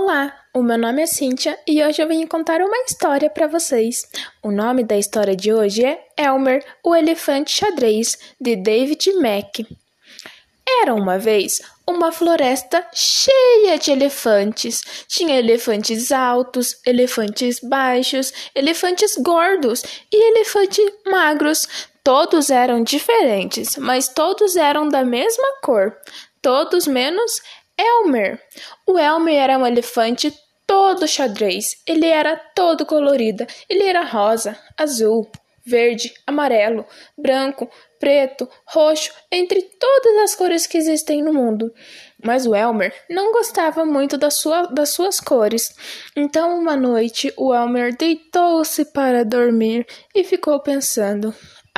Olá, o meu nome é Cíntia e hoje eu vim contar uma história para vocês. O nome da história de hoje é Elmer, o Elefante Xadrez, de David Mack. Era uma vez uma floresta cheia de elefantes. Tinha elefantes altos, elefantes baixos, elefantes gordos e elefantes magros. Todos eram diferentes, mas todos eram da mesma cor. Todos menos Elmer. O Elmer era um elefante todo xadrez. Ele era todo colorido. Ele era rosa, azul, verde, amarelo, branco, preto, roxo, entre todas as cores que existem no mundo. Mas o Elmer não gostava muito das suas cores. Então, uma noite, o Elmer deitou-se para dormir e ficou pensando: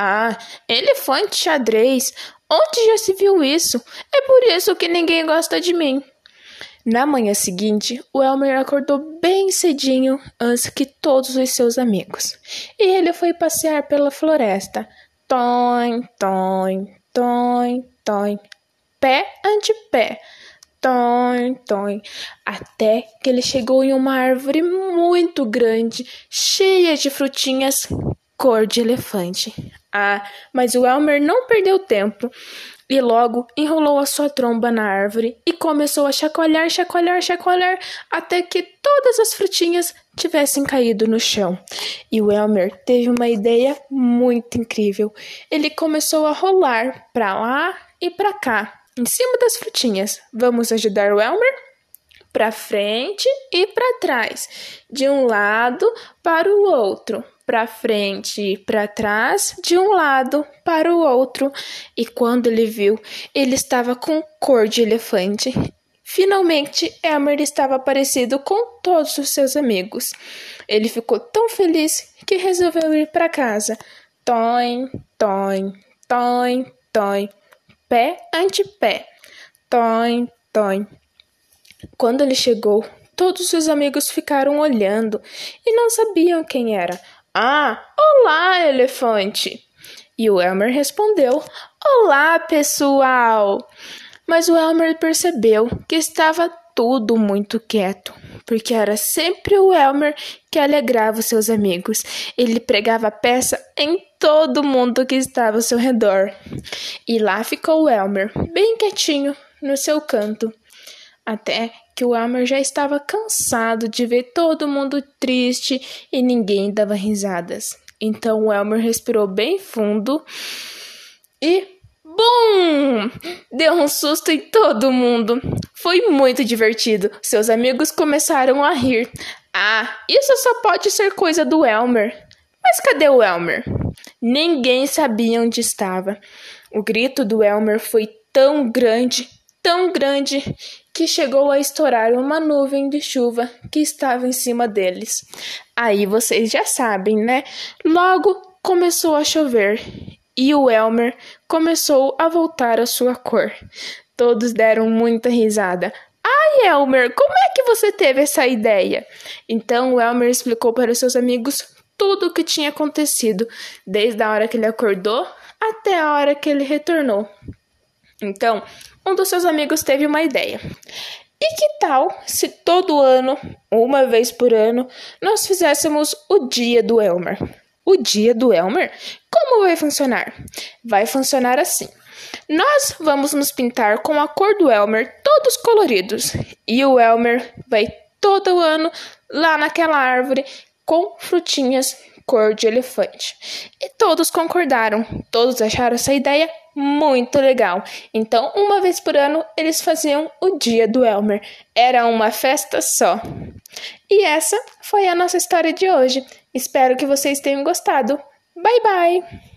elefante xadrez, onde já se viu isso? É por isso que ninguém gosta de mim. Na manhã seguinte, o Elmer acordou bem cedinho antes que todos os seus amigos. E ele foi passear pela floresta. Toim, toim, toim, toim. Pé ante pé. Toim, toim. Até que ele chegou em uma árvore muito grande, cheia de frutinhas cor de elefante. Mas o Elmer não perdeu tempo e logo enrolou a sua tromba na árvore e começou a chacoalhar, chacoalhar, chacoalhar até que todas as frutinhas tivessem caído no chão. E o Elmer teve uma ideia muito incrível. Ele começou a rolar para lá e para cá, em cima das frutinhas. Vamos ajudar o Elmer? Para frente e para trás, de um lado para o outro, para frente e para trás, de um lado para o outro. E quando ele viu, ele estava com cor de elefante. Finalmente, Elmer estava parecido com todos os seus amigos. Ele ficou tão feliz que resolveu ir para casa. Toim, toim, toim, toim, pé ante pé, toim, toim. Quando ele chegou, todos os seus amigos ficaram olhando e não sabiam quem era. Olá, elefante! E o Elmer respondeu: Olá, pessoal! Mas o Elmer percebeu que estava tudo muito quieto, porque era sempre o Elmer que alegrava os seus amigos. Ele pregava peça em todo mundo que estava ao seu redor. E lá ficou o Elmer, bem quietinho, no seu canto. Até que o Elmer já estava cansado de ver todo mundo triste e ninguém dava risadas. Então o Elmer respirou bem fundo e BUM! Deu um susto em todo mundo. Foi muito divertido. Seus amigos começaram a rir. Isso só pode ser coisa do Elmer. Mas cadê o Elmer? Ninguém sabia onde estava. O grito do Elmer foi tão grande, que chegou a estourar uma nuvem de chuva que estava em cima deles. Aí vocês já sabem, né? Logo começou a chover e o Elmer começou a voltar à sua cor. Todos deram muita risada. Elmer, como é que você teve essa ideia? Então o Elmer explicou para seus amigos tudo o que tinha acontecido, desde a hora que ele acordou até a hora que ele retornou. Então, um dos seus amigos teve uma ideia. E que tal se todo ano, uma vez por ano, nós fizéssemos o Dia do Elmer? O Dia do Elmer? Como vai funcionar? Vai funcionar assim. Nós vamos nos pintar com a cor do Elmer, todos coloridos. E o Elmer vai todo ano lá naquela árvore com frutinhas cor de elefante. E todos concordaram. Todos acharam essa ideia muito legal. Então, uma vez por ano, eles faziam o Dia do Elmer. Era uma festa só. E essa foi a nossa história de hoje. Espero que vocês tenham gostado. Bye, bye!